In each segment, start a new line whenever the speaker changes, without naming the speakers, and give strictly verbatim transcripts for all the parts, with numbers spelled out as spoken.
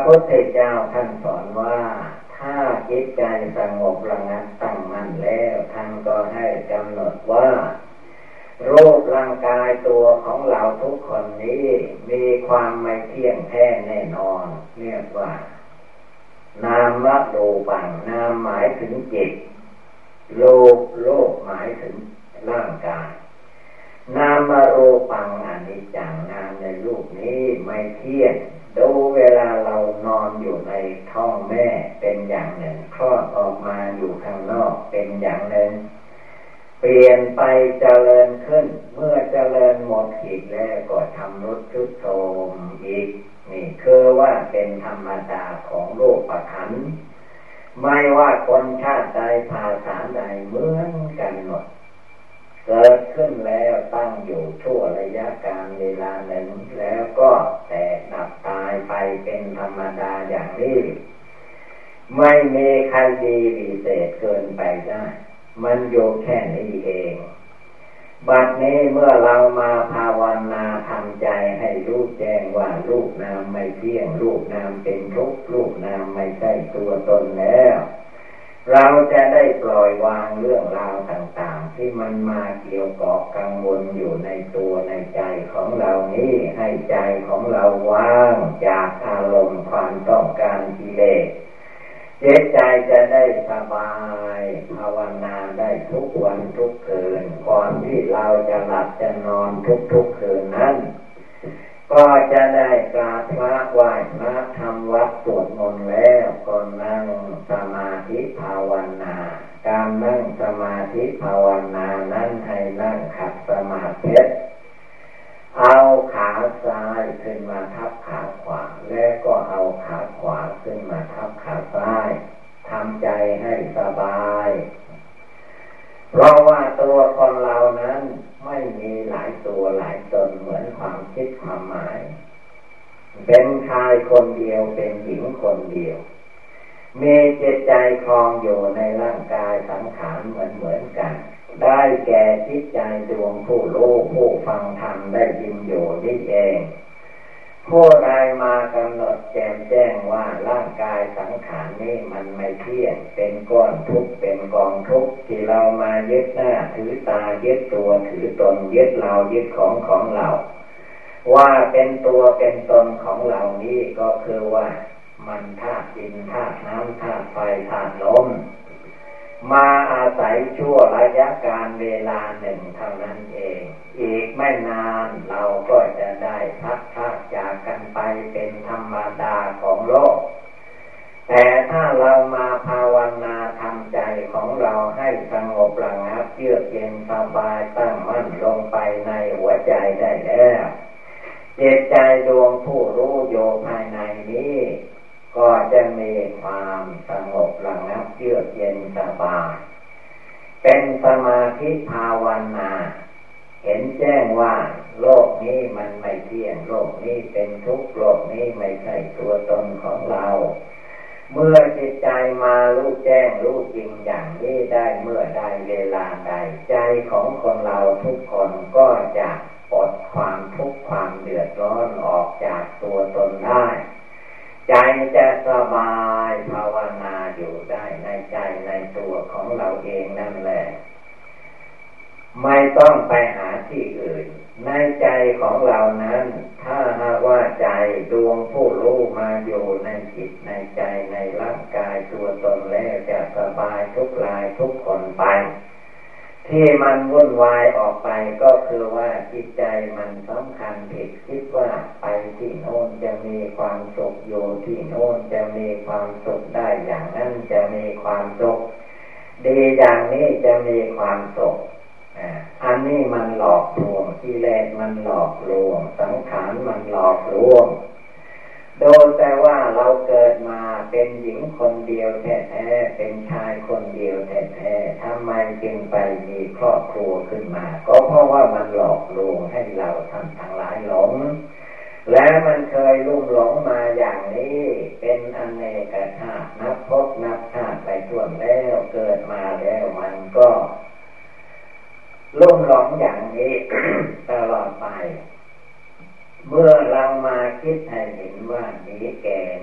พุทธเจ้าท่านสอนว่าถ้าจิตใจสงบระงับตั้งมั่นแล้วท่านก็ให้กำหนดว่ารูปร่างกายตัวของเราทุกคนนี้มีความไม่เที่ยงแท้แน่นอนเรียกว่านามรูปังนามหมายถึงจิตโลกโลกหมายถึงร่างกายนามรูปังอนิจจังนามในรูปนี้ไม่เที่ยงดูเวลาเรานอนอยู่ในท้องแม่เป็นอย่างหนึ่งคลอดออกมาอยู่ข้างนอกเป็นอย่างหนึ่งเปลี่ยนไปเจริญขึ้นเมื่อเจริญหมดขีดแล้วก็ทำรุดทรุดโทรมอีกนี่คือว่าเป็นธรรมดาของโลกประขันไม่ว่าคนชาติใดภาษาใดเหมือนกันหมดเกิดขึ้นแล้วตั้งอยู่ชั่วระยะการเวลาหนึ่งแล้วก็แตกดับตายไปเป็นธรรมดาอย่างนี้ไม่มีใครดีวิเศษเกินไปได้มันอยู่แค่นี้เองบัดนี้เมื่อเรามาภาวนาทำใจให้รู้แจ้งว่ารูปนามไม่เที่ยงรูปนามเป็นทุกข์รูปนามไม่ใช่ตัวตนแล้วเราจะได้ปล่อยวางเรื่องราวต่างๆที่มันมาเกี่ยวกับกังวลอยู่ในตัวในใจของเรานี้ให้ใจของเราว่างจากอารมณ์ความต้องการกิเลสจิตใจจะได้สบายภาวนาได้ทุกวันทุกคืนก่อนที่เราจะหลับจะนอนทุกๆคืนนั้นก็จะได้กราบพระไหว้พระทำวัดสวดมนต์แล้วก็นั่งสมาธิภาวนาการนั่งสมาธิภาวนานั้นให้นั่งขัดสมาธิเอาขาซ้ายขึ้นมาทับขาขวาแล้วก็เอาขาขวาขึ้นมาทับขาซ้ายทำใจให้สบายเพราะว่าตัวคนเรานั้นไม่มีหลายตัวหลายตนเหมือนความคิดความหมายเป็นชายคนเดียวเป็นหญิงคนเดียวมีจิตใจคลองอยู่ในร่างกายสังขารเหมือนเหมือนกันได้แก่จิตใจดวงผู้รู้ผู้ฟังธรรมได้ยินอยู่นี่เองผู้ใดมากำหนดแจ่มแจ้งว่าร่างกายสังขารนี้มันไม่เที่ยงเป็นก้อนทุกข์เป็นกองทุกข์ที่เรามายึดหน้าถือตายึดตัวถือตนยึดเรายึดของของเราว่าเป็นตัวเป็นตนของเรานี้ก็คือว่ามันธาตุดินธาตุน้ำธาตุไฟธาตุลมมาอาศัยชั่วระยะการเวลาหนึ่งเท่านั้นเองอีกไม่นานเราก็จะได้พัดพรากจากกันไปเป็นธรรมดาของโลกแต่ถ้าเรามาภาวนาทำใจของเราให้สงบระงับเยือกเย็นสบายตั้งมั่นลงไปในหัวใจได้แล้วจิตใจดวงผู้รู้อยู่ภายในนี้ก็จะมีความสงบระงับเยือกเย็นสบายเป็นสมาธิภาวนาเห็นแจ้งว่าโลกนี้มันไม่เที่ยงโลกนี้เป็นทุกข์โลกนี้ไม่ใช่ตัวตนของเราเมื่อจิตใจมารู้แจ้งรู้จริงอย่างนี้ได้เมื่อใดเวลาใดใจของคนเราทุกคนก็จะปลดความทุกข์ความเดือดร้อนออกจากตัวตนได้ใจจะสบายภาวนาอยู่ได้ในใจในตัวของเราเองนั่นแหละไม่ต้องไปหาที่อื่นในใจของเรานั้นถ้าหากว่าใจดวงผู้รู้มาอยู่ในจิตในใจในร่างกายตัวตนแล้วจะสบายทุกรายทุกคนไปที่มันวุ่นวายออกไปก็คือว่าจิตใจมันสำคัญผิดคิดว่าไปที่โน่นจะมีความสุขอยู่ที่โน่นจะมีความสุขได้อย่างนั้นจะมีความสุขดีอย่างนี้จะมีความสุขอันนี้มันหลอกลวงกิเลสมันหลอกลวงสังขารมันหลอกลวงโดยแต่ว่าเราเกิดมาเป็นหญิงคนเดียวแท้ๆเป็นชายคนเดียวแท้ๆทำไมจึงไปมีครอบครัวขึ้นมาก็เพราะว่ามันหลอกลวงให้เราท่านทั้งหลายหลงและมันเคยลุ่มหลงมาอย่างนี้เป็นอเนกชาตินับพบนับชาติไปทั่วแล้วเกิดมาแล้วมันก็ลุ่มหลงอย่างนี้ ตลอดไปเมื่อเรามาคิดให้เห็นว่านี้แก่นี้เจ็บ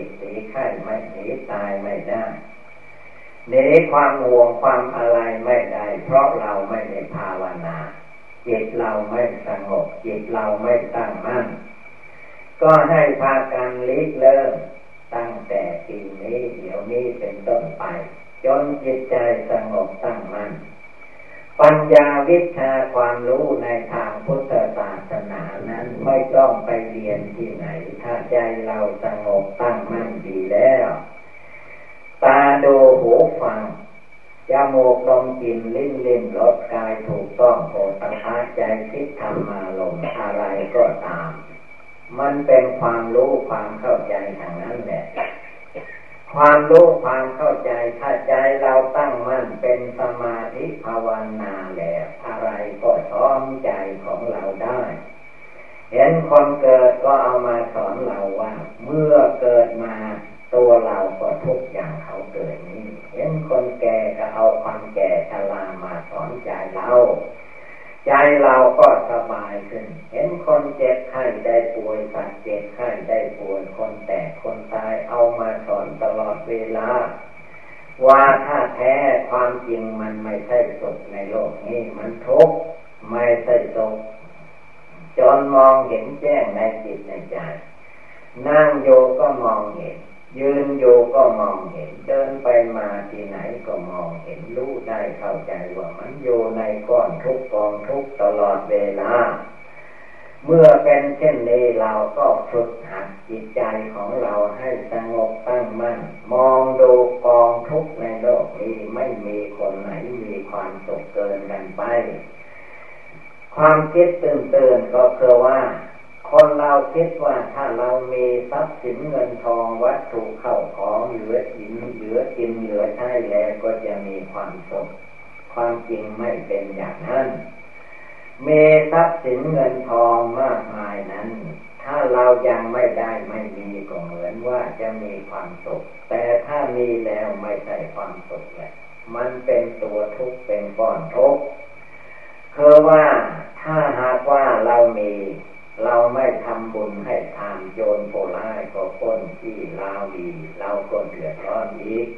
บหนีไข้ไม่หนีตายไม่ได้หนีความห่วงความอะไรไม่ได้เพราะเราไม่ได้ภาวนาจิตเราไม่สงบจิตเราไม่ตั้งมั่นก็ให้พากันหลีกเลิกตั้งแต่ปีนี้เดี๋ยวนี้เป็นต้นไปจนจิตใจสงบตั้งมั่นปัญญาวิชาความรู้ในทางพุทธศาสนานั้นไม่ต้องไปเรียนที่ไหนถ้าใจเราสงบตั้งมั่นดีแล้วตาดูหูฟังจมูกดมกลิ่นลิ้นลิ้มรสกายถูกต้องโผฏฐัพพะใจคิดธรรมารมณ์อะไรก็ตามมันเป็นความรู้ความเข้าใจทางนั้นแหละความรู้ความเข้าใจถ้าใจเราตั้งมั่นเป็นสมาธิภาวนาแล้วอะไรก็ช้อมใจของเราได้เห็นคนเกิดก็เอามาสอนเราว่าเมื่อเกิดมาตัวเราก็ทุกอย่างเขาเกิดนี้เห็นคนแก่ก็เอาความแก่ชรามาสอนใจเราใจเราก็สบายขึ้นเห็นคนเจ็บไข้ได้ป่วยสัตว์เจ็บไข้ได้ป่วยคนแตกคนตายเอามาสอนตลอดเวลาว่าถ้าแท้ความจริงมันไม่ใช่สุขในโลกนี้มันทุกข์ไม่ใช่สุขจนมองเห็นแจ้งในจิตในใจนั่งโยก็มองเห็นยืนโยก็มองเห็นเดินไปมาที่ไหนก็มองเห็นรู้ได้เข้าใจว่ามันอยู่ในก้อนทุกข์กองทุกข์ตลอดเวลาเมื่อเป็นเช่นนี้เราก็ฝึกหัดจิตใจของเราให้สงบตั้งมั่นมองดูกองทุกข์ในโลกนี้ไม่มีคนไหนมีความสุขเกินกันไปความคิดตื่นๆก็คือว่าคนเราคิดว่าถ้าเรามีทรัพย์สินเงินทองวัตถุเข้าของเหลือกินเหลือกินเหลือใช้แล้วก็จะมีความสุขความจริงไม่เป็นอย่างนั้นมีทรัพย์สินเงินทองมากมายนั้นถ้าเรายังไม่ได้ไม่มีก็เหมือนว่าจะมีความสุขแต่ถ้ามีแล้วไม่ใช่ความสุขเลยมันเป็นตัวทุกข์เป็นก้อนทุกข์คือว่าถ้าหากว่าเรามีเราไม่ทำบุญให้ทานโจรโผล่ายก็พ้นที่ลาวีเราก็เดือดร้อนอีก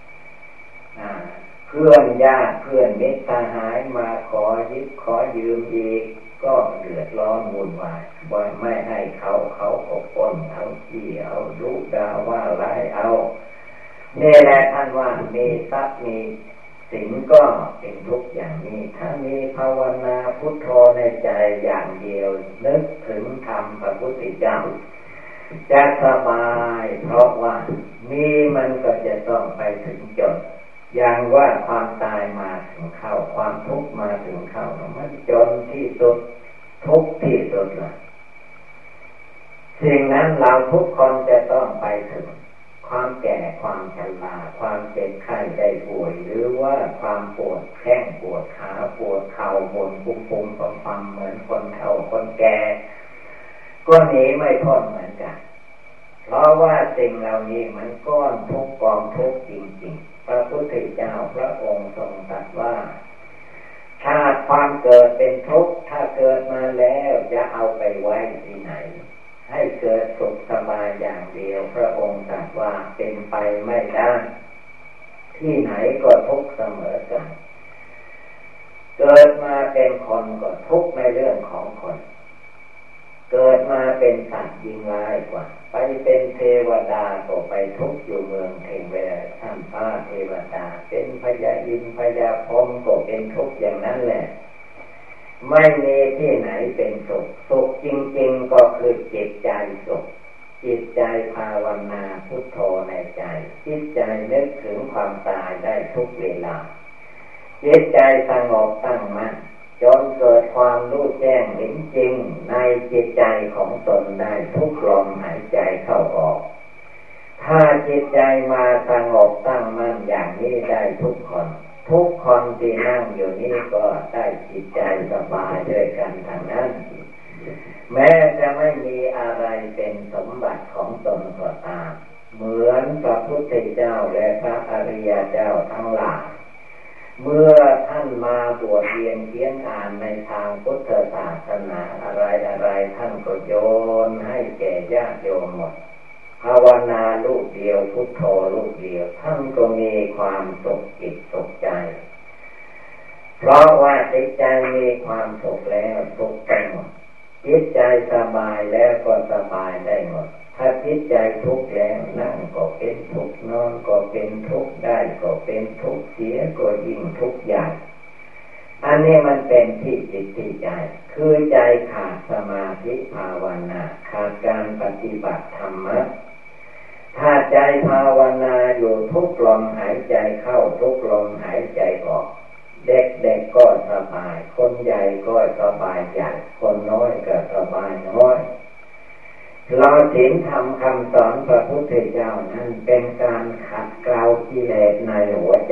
เพื่อนญาติเพื่อนมิตรสหายมาขอยิบขอยืมอีกก็เดือดร้อนวุ่นวายบ่อยไม่ให้เขาเขาก็พ้นเอาขี้เอาดุด่าว่าไล่เอานี่แหละท่านว่ามีทรัพย์มีสินก็เป็นทุกอย่างนี้ถ้ามีภาวนาพุทโธในใจอย่างเดียวนึกถึงธรรมพระพุทธเจ้าจะสบายเพราะว่ามีมันก็จะต้องไปถึงจนอย่างว่าความตายมาถึงเข้าความทุกข์มาถึงเข้ามันจนที่สุดทุกข์ที่สุดละสิ่งนั้นเราทุกคนจะต้องไปถึงความแก่ความชราความเจ็บไข้ได้ป่วยหรือว่าความปวดแข้งปวดขาปวดเข่าบนปุ้งปุ้งปังปังเหมือนคนเฒ่าคนแก่ก็หนีไม่พ้นเหมือนกันเพราะว่าสิ่งเหล่านี้มันก้อนทุกกองทุกจริงๆพระพุทธเจ้าพระองค์ทรงตรัสว่าชาติความเกิดเป็นทุกข์ถ้าเกิดมาแล้วจะเอาไปไว้ที่ไหนให้เกิดสุขสบายอย่างเดียวพระองค์ตรัสว่าเป็นไปไม่ได้ที่ไหนก็ทุกข์เสมอกันเกิดมาเป็นคนก็ทุกข์ในเรื่องของคนเกิดมาเป็นสัตว์ยิ่งร้ายกว่าไปเป็นเทวดาก็ไปทุกข์อยู่เมืองเทวดาท่านฟ้าเทวดาเป็นพญาอินทร์พญาพรหมก็เป็นทุกข์อย่างนั้นแหละไม่มีที่ไหนเป็นสุขสุขจริงๆก็คือจิตใจสุขจิตใจภาวนาพุทโธในใจจิตใจนึกถึงความตายได้ทุกเวลาจิตใจสงบตั้งมั่นจนเกิดความรู้แจ้งเห็นจริงในจิตใจของตนได้ทุกลมหายใจเข้าออกถ้าจิตใจมาสงบตั้งมั่นอย่างนี้ได้ทุกคนทุกคนที่นั่งอยู่นี่ก็ได้จิตใจสบายด้วยกันทางนั้นแม้จะไม่มีอะไรเป็นสมบัติของตนก็ตามเหมือนพระพุทธเจ้าและพระอริยเจ้าทั้งหลายเมื่อท่านมาบวชเรียนเขียนอ่านในทางพุทธศาสนาอะไรอะไรท่านก็โยนให้แก่ญาติโยมหมดาวนาลูกเดียวพุทโธลูกเดียวท่านก็มีความสุขจิตสุขใจเพราะว่าจิตใจมีความสุขแล้วสุขไปหมดจิตใจสบายแล้วก็สบายได้หมดถ้าจิตใจทุกข์แล้วนั่งก็เป็นทุกข์นอนก็เป็นทุกข์ได้ก็เป็นทุกข์เสียก็ยิ่งทุกข์ใหญ่อันนี้มันเป็นที่จิตที่ใจคือใจขาดสมาธิภาวนาขาดการปฏิบัติธรรมะถ้าใจภาวนาอยู่ทุกลมหายใจเข้าทุกลมหายใจออกเด็กๆก็สบายคนใหญ่ก็สบายใหญ่คนน้อยก็สบายน้อยเราศีลธรรมคำสอนพระพุทธเจ้านั้นเป็นการขัดเกลากิเลสในหัวใจ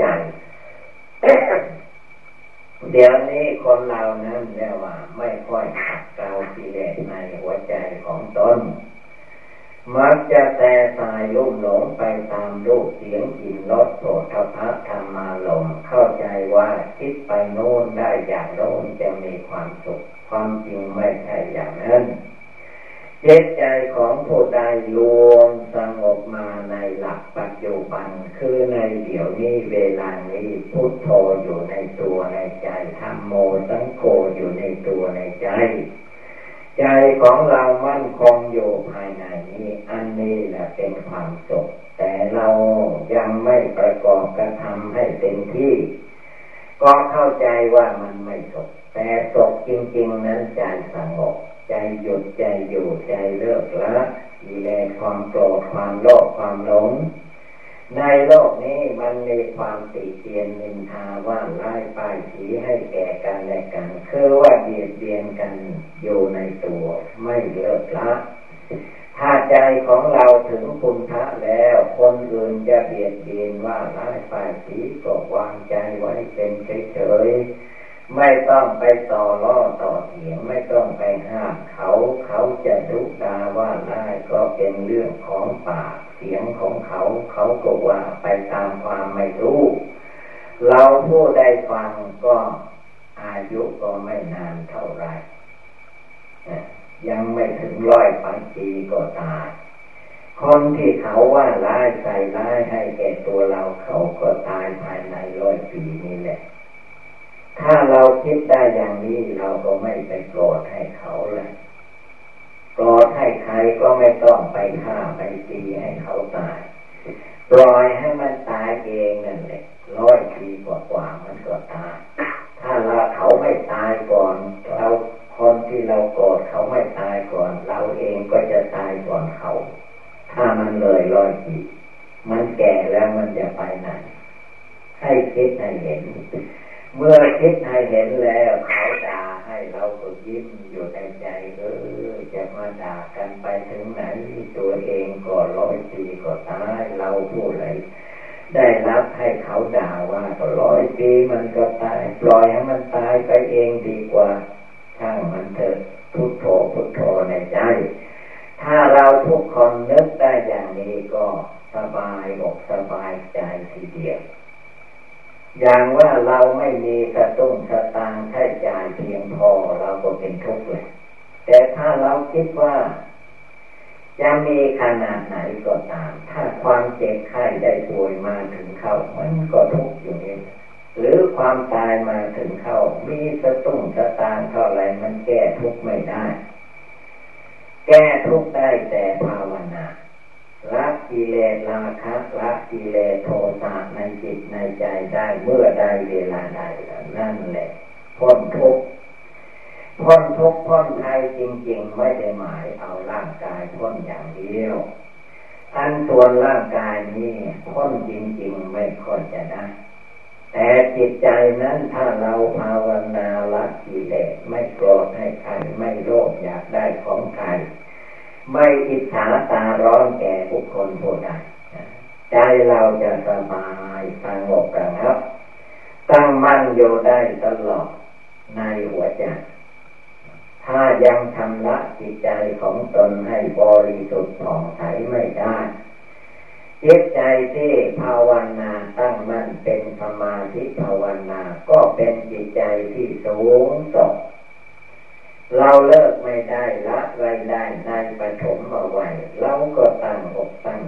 เดี๋ยวนี้คนเรานั้นเรียกว่าไม่ค่อยขัดเกลากิเลสในหัวใจของตนมักจะแต่สายลุ่มหลงไปตามรูปเสียงกลิ่นรสโผฏฐัพพะธรรมารมณ์เข้าใจว่าคิดไปโน่นได้อย่างโน้นจะมีความสุขความจริงไม่ใช่อย่างนั้นจิตใจของผู้ใดรวมสงบมาในหลักปัจจุบันคือในเดี๋ยวนี้เวลานี้พุทโธอยู่ในตัวในใจธัมโมสังโฆอยู่ในตัวในใจใจของเรามั่นคงอยู่ภายในนี้อันนี้แหละเป็นความสุขแต่เรายังไม่ประกอบกระทำให้เต็มที่ก็เข้าใจว่ามันไม่สุขแต่สุขจริงๆนั้นใจสงบใจหยุดใจอยู่ใจเลิกละกิเลสความโกรธความโลภความหลงในโลกนี้มันมีความติเตียนนินทาว่าร้ายป้ายสีให้แก่กันและกันคือว่าเบียดเบียนกันอยู่ในตัวไม่เลิกละถ้าใจของเราถึงคุณพระแล้วคนอื่นจะเบียดเบียนว่าร้ายป้ายสีก็วางใจไว้เป็นเฉยๆไม่ต้องไปต่อล้อต่อเถียงไม่ต้องไปห้ามเขาเขาจะดุด่าว่าร้ายก็เป็นเรื่องของปากเสียงของเขาเขาก็ว่าไปตามความไม่รู้เราผู้ได้ฟังก็อายุก็ไม่นานเท่าไรยังไม่ถึงร้อยปีก็ตายคนที่เขาว่าร้ายใส่ร้ายให้แก่ตัวเราเขาก็ตายภายในร้อยปีนี้แหละถ้าเราคิดได้อย่างนี้เราก็ไม่ไปโกรธให้เขาเลยโกรธให้ใครก็ไม่ต้องไปฆ่าไปตีให้เขาตายปล่อยให้มันตายเองนั่นแหละร้อยปีกว่าๆมันก็ตายถ้าเราเขาไม่ตายก่อนเราคนที่เราโกรธเขาไม่ตายก่อนเราเองก็จะตายก่อนเขาถ้ามันเลยร้อยปีมันแก่แล้วมันจะไปไหนให้คิดให้เห็นเมื่อคิดให้เห็นแล้วเขาด่าให้เราก็ยิ้มอยู่ในใจเออจะมาด่ากันไปถึงไหนตัวเองก็ร้อยปีก็ตายเราผู้ใดได้รับให้เขาด่าว่าก็ร้อยปีมันก็ตายปล่อยให้มันตายไปเองดีกว่าช่างมันเถิดพุทโธพุทโธในใจถ้าเราทุกคนนึกได้อย่างนี้ก็สบายอกสบายใจทีเดียวอย่างว่าเราไม่มีสตุ้งสตางค์ใช้จ่ายเพียงพอเราก็เป็นทุกข์เลยแต่ถ้าเราคิดว่าจะมีขนาดไหนก็ตามถ้าความเจ็บไข้ได้ป่วยมาถึงเข้ามันก็ทุกข์อยู่นี่หรือความตายมาถึงเข้ามีสตุ้งสตางค์เท่าไรมันแก้ทุกข์ไม่ได้แก้ทุกข์ได้แต่ภาวนาละกิเลสราคะละกิเลสโทสะในจิตในใจได้เมื่อใดเวลาใดนั่นแหละพ้นทุกข์พ้นทุกข์พ้นภัยจริงๆไม่ได้หมายเอาร่างกายพ้นอย่างเดียวอันส่วนร่างกายนี้พ้นจริงๆไม่ค่อยจะได้แต่จิตใจนั้นถ้าเราภาวนาละกิเลสไม่โกรธให้ใครไม่โลภอยากได้ของใครไม่อิจฉาตาร้อนแก่บุคคลผู้ใดใจเราจะสบายสงบระงับตั้งมั่นอยู่ได้ตลอดในหัวใจถ้ายังชำระจิตใจของตนให้บริสุทธิ์ผ่องใสไม่ได้จิตใจที่ภาวนาตั้งมั่นเป็นสมาธิภาวนาก็เป็นจิตใจที่สูงส่งเราเลิกไม่ได้ละไว้ได้ในปฐมวัยเราก็ตั้งอกตั้ง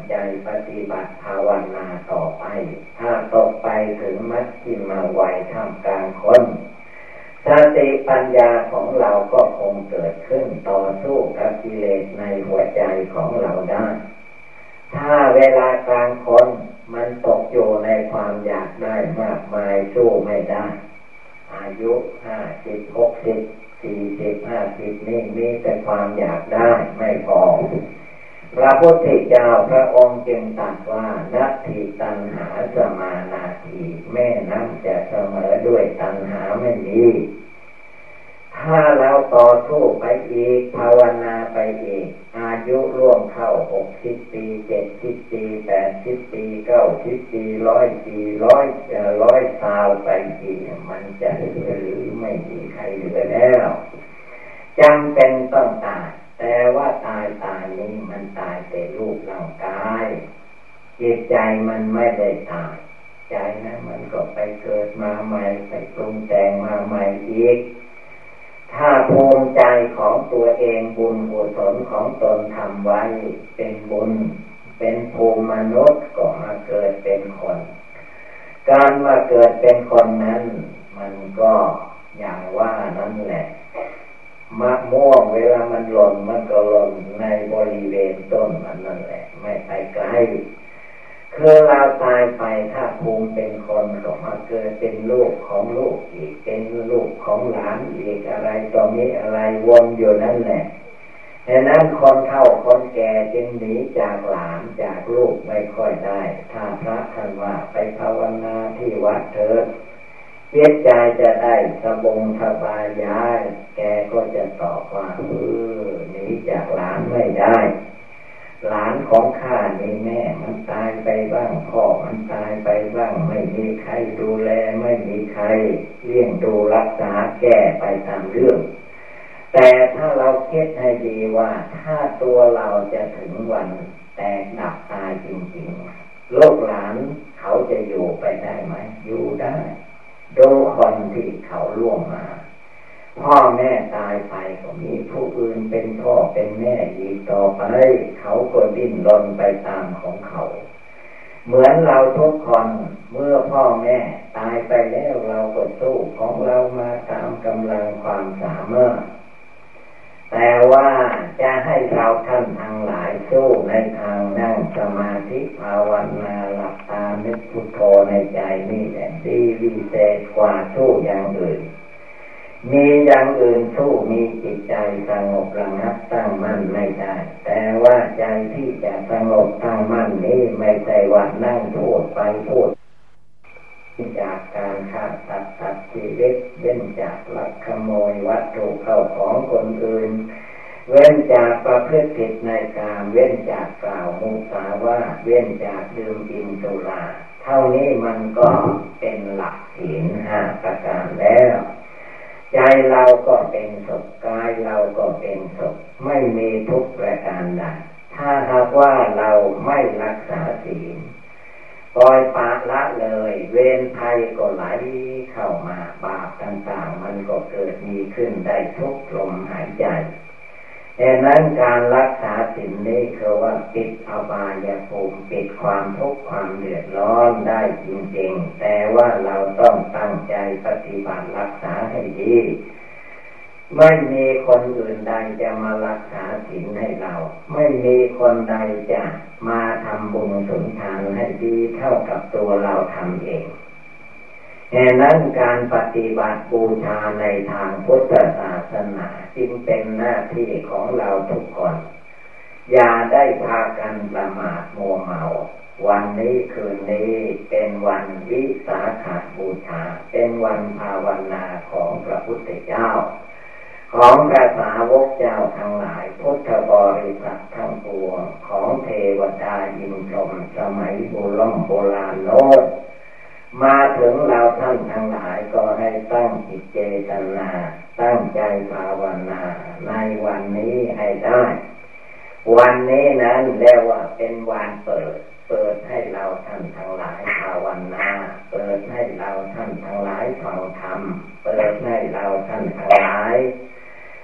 ใจปฏิบัติภาวนาต่อไปถ้าตกไปถึงมัชฌิมาวัยท่ามกลางคนสติปัญญาของเราก็คงเกิดขึ้นต่อสู้กับกิเลสในหัวใจของเราได้ถ้าเวลากลางคนมันตกอยู่ในความอยากได้มากมายสู้ไม่ได้อายุห้าสิบหกสิบสี่สิบห้าสิบนี่มีแต่ความอยากได้ไม่พอพระพุทธเจ้าพระองค์จึงตรัสว่านัตถิตัณหาสมานาทีแม่น้ำจะเสมอด้วยตัณหาไม่มีถ้าเราต่อสู้ไปอีกภาวนาไปอีกอายุร่วมเข้าหกสิบปีเจ็ดสิบปีแปดสิบปีเก้าสิบปีร้อยปีร้อยเอ่อร้อยสาวไปปีมันจะเหลือหรือไม่มีใครเหลือแล้วจำเป็นต้องตายแต่ว่าตายตายนี้มันตายแต่รูปร่างกายจิตใจมันไม่ได้ตายใจนะมันก็ไปเกิดมาใหม่ไปปรุงแต่งมาใหม่อีกถ้าภูมิใจของตัวเองบุญกุศลของตนทำไว้เป็นบุญเป็นภูมิมนุษย์ก็มาเกิดเป็นคนการมาเกิดเป็นคนนั้นมันก็อย่างว่านั่นแหละมะม่วงเวลามันหล่นมันก็หล่นในบริเวณต้นมันนั่นแหละไม่ไปไกลคือเราตายไปถ้าภูมิเป็นคนก็มาเกิดเป็นลูกของลูกอีกเป็นลูกของหลานอีกอะไรตอนนี้อะไรวนอยู่นั่นแหละดังนั้นคนเฒ่าคนแก่จึงหนีจากหลานจากลูกไม่ค่อยได้ถ้าพระท่านว่าไปภาวนาที่วัดเถิดจิตใจจะได้สบงสบายย้ายแกก็จะตอบว่าเออหนีจากหลานไม่ได้หลานของข้านี่แม่มันตายไปบ้างพ่อมันตายไปบ้างไม่มีใครดูแลไม่มีใครเลี้ยงดูรักษาแก้ไปตามเรื่องแต่ถ้าเราคิดให้ดีว่าถ้าตัวเราจะถึงวันแตกดับตายจริงๆลูกหลานเขาจะอยู่ไปได้ไหมอยู่ได้ดูคนที่เขาล่วงมาพ่อแม่ตายไปก็มีผู้อื่นเป็นพ่อเป็นแม่อีกต่อไปเขาก็ดิ้นรนไปตามของเขาเหมือนเราทุกคนเมื่อพ่อแม่ตายไปแล้วเราก็สู้ของเรามาตามกำลังความสามารถแต่ว่าจะให้เราท่านทั้งหลายสู้ในทางนั่งสมาธิภาวนาหลับตานึกพุทโธในใจนี่แหละดีวิเศษกว่าสู้อย่างอื่นมีอย่างอื่นสู้มีจิตใจสงบระงับตั้งมั่นไม่ได้แต่ว่าใจที่จะสงบตั้งมั่นนี้ไม่ใช่ว่านั่งพูดไปพูดจากการฆ่าสัตว์ตัดชีวิตเว้นจากลักขโมยวัตถุเข้าของคนอื่นเว้นจากประพฤติผิดในกามเว้นจากกล่าวมุสาวาทเว้นจากดื่มกินสุราเท่านี้มันก็เป็นหลักศีลห้าประการแล้วใจเราก็เป็นสุขกายเราก็เป็นสุขไม่มีทุกข์ประการใดถ้าหากว่าเราไม่รักษาศีลปล่อยปละละเลยเวรภัยก็ไหลเข้ามาบาปต่างๆมันก็เกิดมีขึ้นได้ทุกลมหายใจดังนั้นการรักษาศีลนี้คือว่าปิดอบายภูมิปิดความทุกข์ความเดือดร้อนได้จริงๆแต่ว่าเราต้องตั้งใจปฏิบัติรักษาให้ดีไม่มีคนอื่นใดจะมารักษาศีลให้เราไม่มีคนใดจะมาทำบุญสุนทานให้ดีเท่ากับตัวเราทำเองดังนั้นการปฏิบัติบูชาในทางพุทธศาสนาจึงเป็นหน้าที่ของเราทุกคนอย่าได้พากันประมาทมัวเมาวันนี้คืนนี้เป็นวันวิสาขบูชาเป็นวันภาวนาของพระพุทธเจ้าของพระสาวกเจ้าทั้งหลายพุทธบริษัททั้งปวงของเทวดายินพรหมสมัยโบราณโบราณโน้นมาถึงเราท่านทั้งหลายก็ให้ตั้งจิตเจตนาตั้งใจภาวนาในวันนี้ให้ได้วันนี้นั้นเรียกว่าเป็นวันเปิดเปิดให้เราท่านทั้งหลายภาวนาเปิดให้เราท่านทั้งหลายฟังธรรมเปิดให้เราท่านทั้งหลาย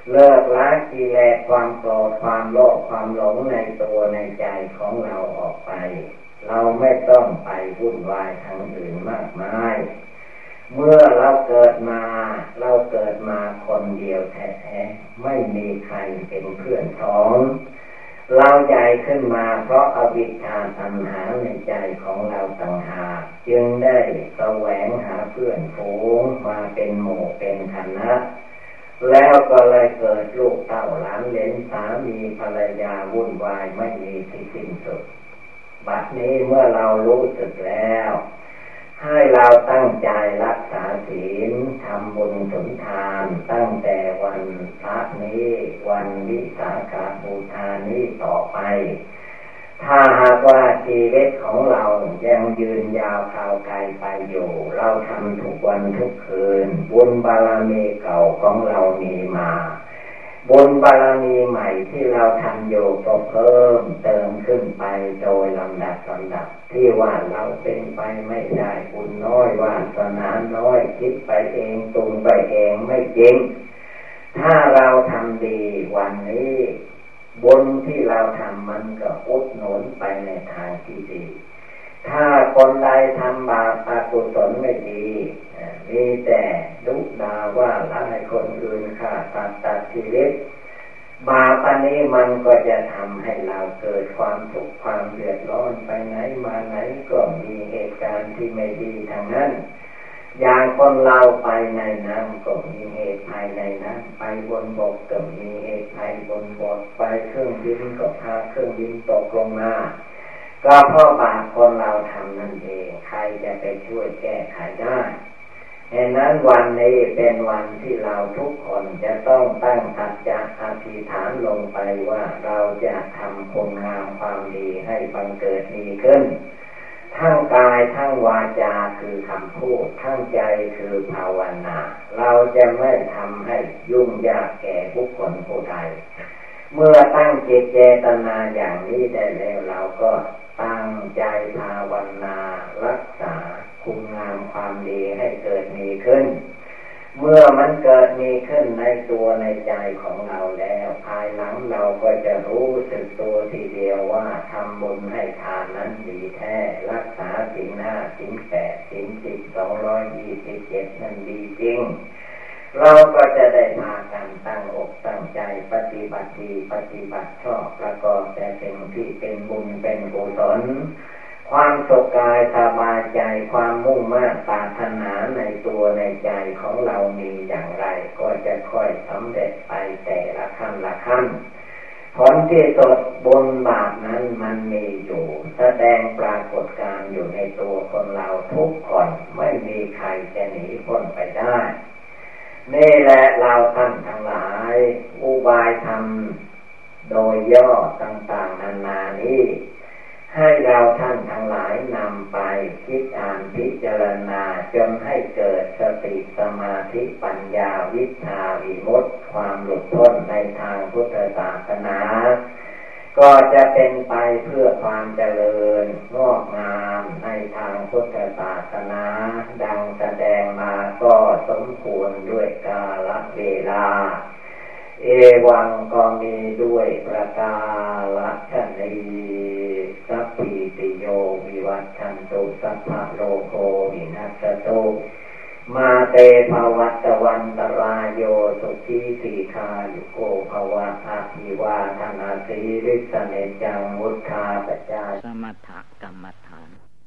เลิกละกิเลสความโกรธความโลภความหลงในตัวในใจของเราออกไปเราไม่ต้องไปวุ่นวายทางอื่นมากมายเมื่อเราเกิดมาเราเกิดมาคนเดียวแท้ๆไม่มีใครเป็นเพื่อนท้องเราใหญ่ขึ้นมาเพราะอวิชชาตัณหาในใจของเราต่างหากจึงได้แสวงหาเพื่อนฝูงมาเป็นหมู่เป็นคณะแล้วก็เลยเกิดลูกเต้าหลานเหลนสามีภรรยาวุ่นวายไม่มีที่สิ้นสุดบัดนี้เมื่อเรารู้สึกแล้วให้เราตั้งใจรักษาศีลทำบุญสุนทานตั้งแต่วันพระนี้วันวิสาขบูชานี้ต่อไปถ้าหากว่าชีวิตของเรายังยืนยาวคราวไกลไปอยู่เราทำทุกวันทุกคืนบุญบารมีเก่าของเรามีมาบุญบารมีใหม่ที่เราทำอยู่ก็เพิ่มเติมขึ้นไปโดยลำดับลำดับที่ว่าเราเป็นไปไม่ได้บุญน้อยวาสนาน้อยคิดไปเองตุงไปเองไม่จริงถ้าเราทำดีวันนี้บุญที่เราทำมันก็อุดหนุนไปในทางที่ดีถ้าคนใดทำบาปอกุศลไม่ดีมีแต่ดุด่าว่าร้ายคนอื่นฆ่าตัดตัดชีวิตบาปอันนี้มันก็จะทำให้เราเกิดความทุกข์ความเดือดร้อนไปไหนมาไหนก็มีเหตุการณ์ที่ไม่ดีทางนั้นอย่างคนเราไปในน้ำก็มีเหตุภัยในน้ำไปบนบกก็มีเหตุภัยบนบกไปเครื่องบินก็พาเครื่องบินตกลงมาก็เพราะบาปคนเราทำนั่นเองใครจะไปช่วยแก้ไขได้ดังนั้นวันนี้เป็นวันที่เราทุกคนจะต้องตั้งสัจจะอธิษฐานลงไปว่าเราจะทำคุณงามความดีให้บังเกิดมีขึ้นทั้งกายทั้งวาจาคือคำพูดทั้งใจคือภาวนาเราจะไม่ทำให้ยุ่งยากแก่บุคคลผู้ใดเมื่อตั้งจิตเจตนาอย่างนี้ได้แล้วเราก็ตั้งใจภาวนารักษาคุณงามความดีให้เกิดมีขึ้นเมื่อมันเกิดมีขึ้นในตัวในใจของเราแล้วภายหลังเราก็จะรู้สึกตัวทีเดียวว่าทำบุญให้ทานนั้นดีแท้รักษาศีลห้าศีลแปดศีลสิบสองร้อยยี่สิบเจ็ดนั้นดีจริงเราก็จะได้พากันตั้งอกตั้งใจปฏิบัติดีปฏิบัติชอบประกอบแต่สิ่งที่เป็นบุญเป็นกุศลความสุขกายสบายใจความมุ่งมั่นปรารถนาในตัวในใจของเรามีอย่างไรก็จะค่อยสำเร็จไปแต่ละขั้นละขั้นผลที่สุดบุญบาปนั้นมันมีอยู่แสดงปรากฏการณ์อยู่ในตัวคนเราทุกคนไม่มีใครจะหนีพ้นไปได้นี่แหละเราท่านทั้งหลายอุบายธรรมโดยย่อต่างๆนานานี้ให้เราท่านทั้งหลายนำไปคิดอ่านพิจารณาจนให้เกิดสติสมาธิปัญญาวิชาวิมุตติความหลุดพ้นในทางพุทธศาสนาก็จะเป็นไปเพื่อความเจริญงอกงามในทางพุทธศาสนาดังแสดงมาก็สมควรด้วยกาลเวลาเอวังก็มีด้วยประกาศนีสัพพิติโยวิวัชชันตุสัพพะโลกโควินัสสตุมาเตภวัตวันตรายโยสุขีสีคายุโกภวะอาภิวาทนาสีริสเนจังวุธาปจาสมถกรรมฐาน